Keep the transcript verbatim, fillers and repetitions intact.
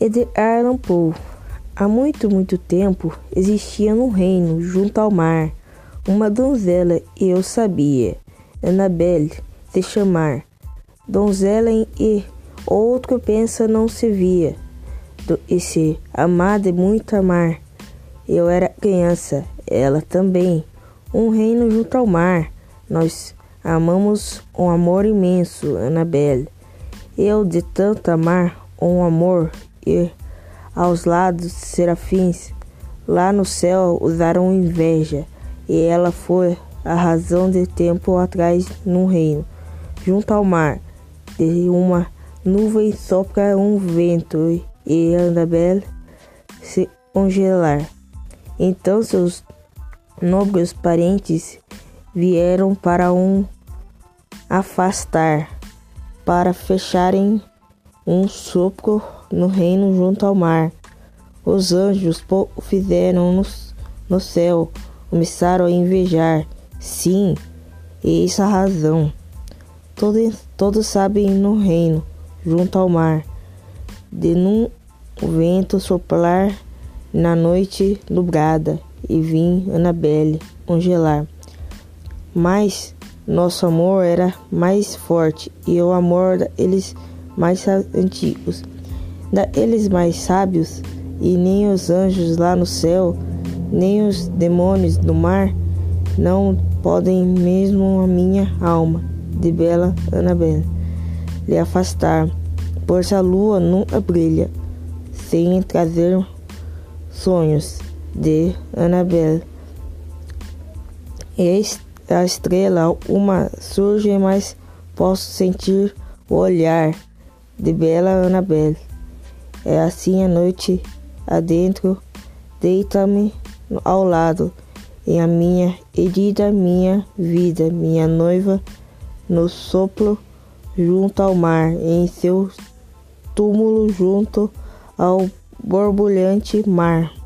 Edgar Allan Poe. Há muito, muito tempo existia num reino junto ao mar uma donzela, e eu sabia, Annabelle, se chamar. Donzela e outro pensa não se via, e ser amada é muito amar. Eu era criança, ela também, um reino junto ao mar. Nós amamos um amor imenso, Annabelle. Eu de tanto amar um amor e aos lados serafins lá no céu usaram inveja, e ela foi a razão de tempo atrás num reino junto ao mar. De uma nuvem sopra um vento e Annabelle se congelar. Então seus nobres parentes vieram para um afastar, para fecharem um sopro no reino junto ao mar. Os anjos pouco fizeram no, no céu, começaram a invejar. Sim, eis a razão. Todos, todos sabem no reino junto ao mar, de num vento soprar na noite nublada, e vim Annabelle congelar. Mas nosso amor era mais forte, e o amor deles mais antigos, daqueles mais sábios, e nem os anjos lá no céu, nem os demônios do mar, não podem mesmo a minha alma, de bela Annabelle, lhe afastar, pois a lua nunca brilha, sem trazer sonhos de Annabelle. E a estrela uma surge, mas posso sentir o olhar de bela Annabelle. É assim a noite adentro, deita-me ao lado, em a minha herida, minha vida, minha noiva, no sopro junto ao mar, em seu túmulo junto ao borbulhante mar.